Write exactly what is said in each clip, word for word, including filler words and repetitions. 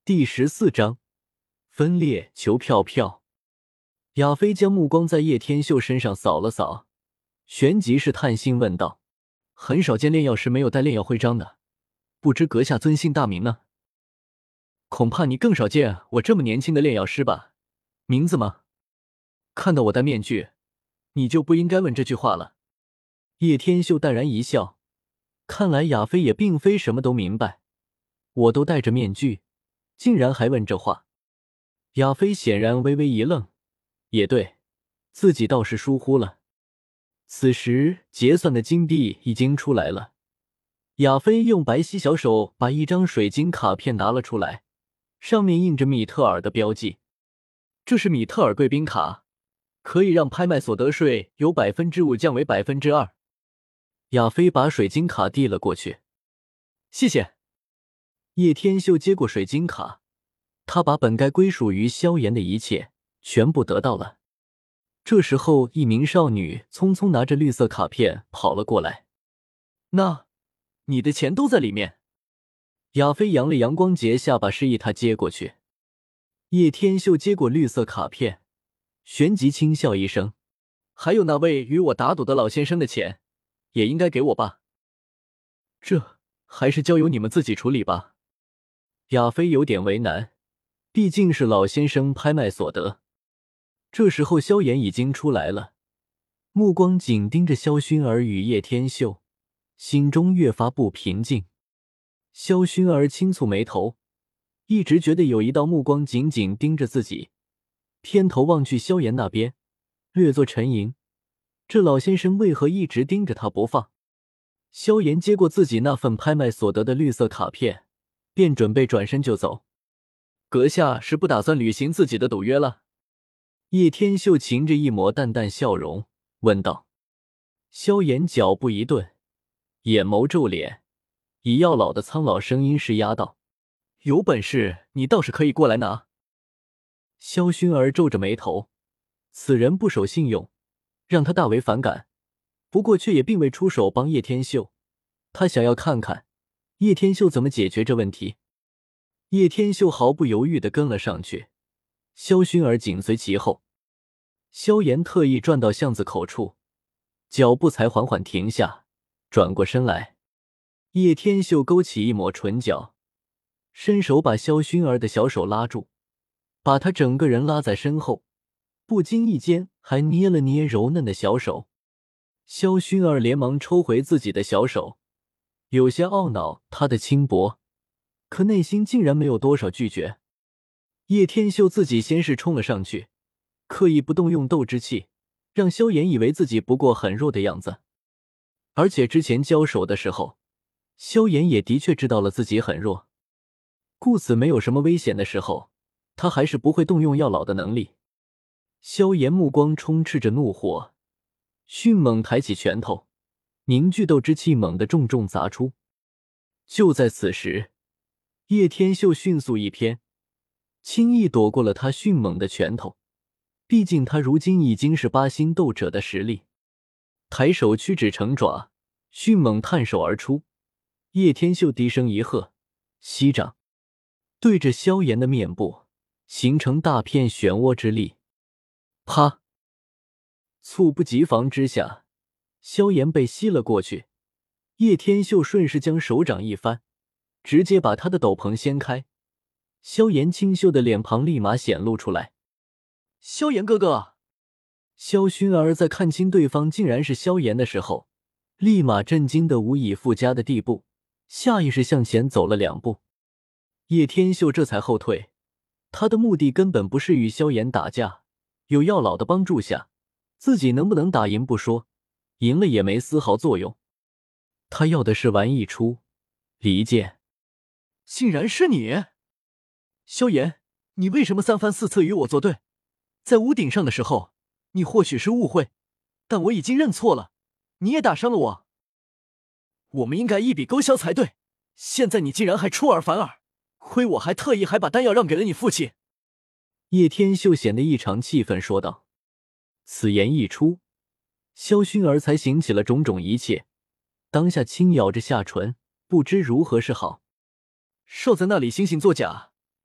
第十四章分裂求票票。亚飞将目光在叶天秀身上扫了扫，旋即是叹息问道：很少见炼药师没有带炼药徽章的，不知阁下尊姓大名呢？恐怕你更少见我这么年轻的炼药师吧？名字吗？看到我戴面具，你就不应该问这句话了。叶天秀淡然一笑，看来亚飞也并非什么都明白，我都戴着面具，竟然还问这话。亚飞显然微微一愣，也对，自己倒是疏忽了。此时结算的金币已经出来了，亚飞用白皙小手把一张水晶卡片拿了出来，上面印着米特尔的标记。这是米特尔贵宾卡，可以让拍卖所得税由 百分之五 降为 百分之二。 亚飞把水晶卡递了过去。谢谢。叶天秀接过水晶卡，他把本该归属于萧炎的一切全部得到了。这时候一名少女匆匆拿着绿色卡片跑了过来。那你的钱都在里面。亚飞扬了扬光洁下巴，示意他接过去。叶天秀接过绿色卡片，旋即轻笑一声，还有那位与我打赌的老先生的钱也应该给我吧。这还是交由你们自己处理吧。亚飞有点为难，毕竟是老先生拍卖所得。这时候萧炎已经出来了，目光紧盯着萧薰儿与叶天秀，心中越发不平静。萧薰儿轻蹙眉头，一直觉得有一道目光紧紧盯着自己，偏头望去萧炎那边，略作沉吟，这老先生为何一直盯着他不放？萧炎接过自己那份拍卖所得的绿色卡片，便准备转身就走。阁下是不打算履行自己的赌约了？叶天秀噙着一抹淡淡笑容问道。萧炎脚步一顿，眼眸皱脸，以药老的苍老声音施压道：有本事你倒是可以过来拿。萧薰儿皱着眉头，此人不守信用，让他大为反感，不过却也并未出手帮叶天秀，他想要看看叶天秀怎么解决这问题。叶天秀毫不犹豫地跟了上去，萧薰儿紧随其后。萧炎特意转到巷子口处，脚步才缓缓停下，转过身来。叶天秀勾起一抹唇角，伸手把萧薰儿的小手拉住，把她整个人拉在身后，不经意间还捏了捏柔嫩的小手。萧薰儿连忙抽回自己的小手，有些懊恼她的轻薄，可内心竟然没有多少拒绝。叶天秀自己先是冲了上去，刻意不动用斗之气，让萧炎以为自己不过很弱的样子。而且之前交手的时候，萧炎也的确知道了自己很弱，故此没有什么危险的时候，他还是不会动用药老的能力。萧炎目光充斥着怒火，迅猛抬起拳头，凝聚斗之气猛地重重砸出。就在此时，叶天秀迅速一偏，轻易躲过了他迅猛的拳头，毕竟他如今已经是八星斗者的实力。抬手屈指成爪，迅猛探手而出。叶天秀低声一喝，息掌，对着萧炎的面部形成大片漩涡之力。啪！猝不及防之下，萧炎被吸了过去。叶天秀顺势将手掌一翻，直接把他的斗篷掀开，萧炎清秀的脸庞立马显露出来。萧炎哥哥！萧薰儿在看清对方竟然是萧炎的时候，立马震惊的无以复加的地步，下意识向前走了两步。叶天秀这才后退，他的目的根本不是与萧炎打架，有药老的帮助下，自己能不能打赢不说，赢了也没丝毫作用。他要的是玩一出离间。竟然是你！萧炎，你为什么三番四次与我作对？在屋顶上的时候，你或许是误会，但我已经认错了，你也打伤了我。我们应该一笔勾销才对，现在你竟然还出尔反尔，亏我还特意还把丹药让给了你父亲。叶天秀显得异常气愤说道。此言一出，萧薰儿才想起了种种一切，当下轻咬着下唇，不知如何是好。少在那里惺惺作假，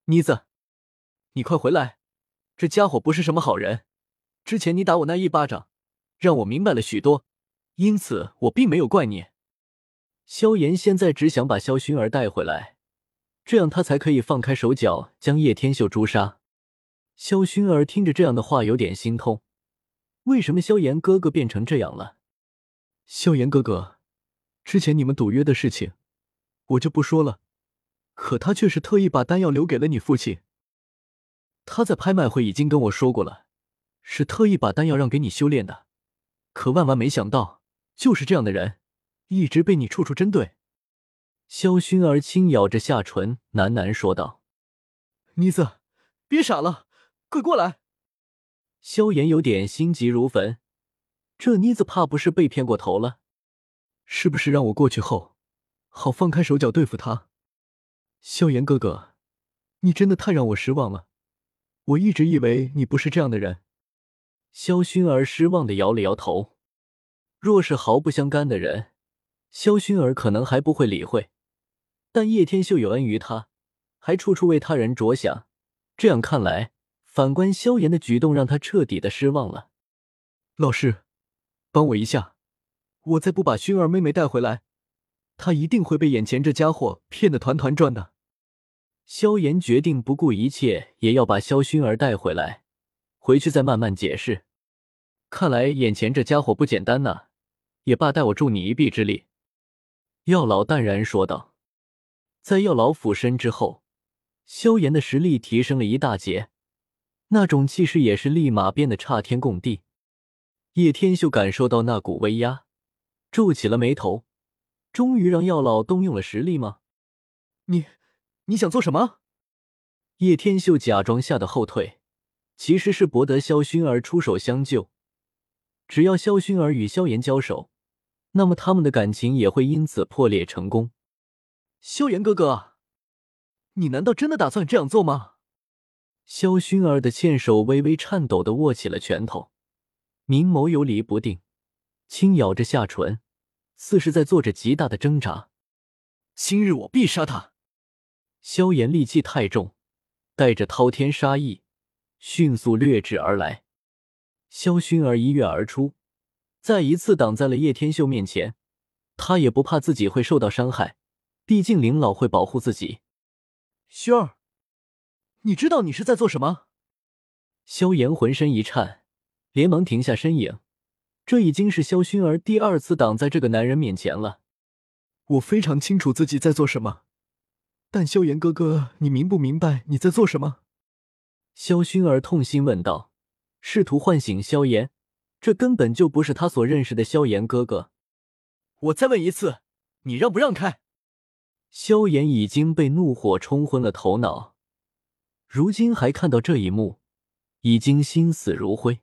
妮子，你快回来，这家伙不是什么好人。之前你打我那一巴掌，让我明白了许多，因此我并没有怪你。萧炎现在只想把萧薰儿带回来，这样他才可以放开手脚将叶天秀诛杀。萧薰儿听着这样的话有点心痛，为什么萧炎哥哥变成这样了？萧炎哥哥，之前你们赌约的事情我就不说了，可他却是特意把丹药留给了你父亲。他在拍卖会已经跟我说过了，是特意把丹药让给你修炼的，可万万没想到，就是这样的人，一直被你处处针对。萧薰儿轻咬着下唇，喃喃说道：妮子，别傻了，快过来。萧炎有点心急如焚，这妮子怕不是被骗过头了，是不是让我过去后好放开手脚对付他？萧炎哥哥，你真的太让我失望了，我一直以为你不是这样的人。萧薰儿失望地摇了摇头，若是毫不相干的人，萧薰儿可能还不会理会，但叶天秀有恩于他，还处处为他人着想，这样看来，反观萧炎的举动让他彻底的失望了。老师，帮我一下，我再不把薰儿妹妹带回来，她一定会被眼前这家伙骗得团团转的。萧炎决定不顾一切也要把萧薰儿带回来，回去再慢慢解释。看来眼前这家伙不简单呐，也罢，带我助你一臂之力。药老淡然说道。在药老附身之后，萧炎的实力提升了一大截，那种气势也是立马变得差天共地。叶天秀感受到那股威压，皱起了眉头，终于让药老动用了实力吗？你你想做什么？叶天秀假装吓得后退，其实是博得萧薰儿出手相救。只要萧薰儿与萧炎交手，那么他们的感情也会因此破裂成功。萧炎哥哥，你难道真的打算这样做吗？萧薰儿的纤手微微颤抖地握起了拳头，明眸游离不定，轻咬着下唇，似是在做着极大的挣扎。今日我必杀他！萧炎戾气太重，带着滔天杀意，迅速掠至而来。萧薰儿一跃而出，再一次挡在了叶天秀面前。他也不怕自己会受到伤害，毕竟林老会保护自己。薰儿，你知道你是在做什么？萧炎浑身一颤，连忙停下身影。这已经是萧薰儿第二次挡在这个男人面前了。我非常清楚自己在做什么，但萧炎哥哥，你明不明白你在做什么？萧薰儿痛心问道，试图唤醒萧炎，这根本就不是他所认识的萧炎哥哥。我再问一次，你让不让开？萧炎已经被怒火冲昏了头脑，如今还看到这一幕，已经心死如灰。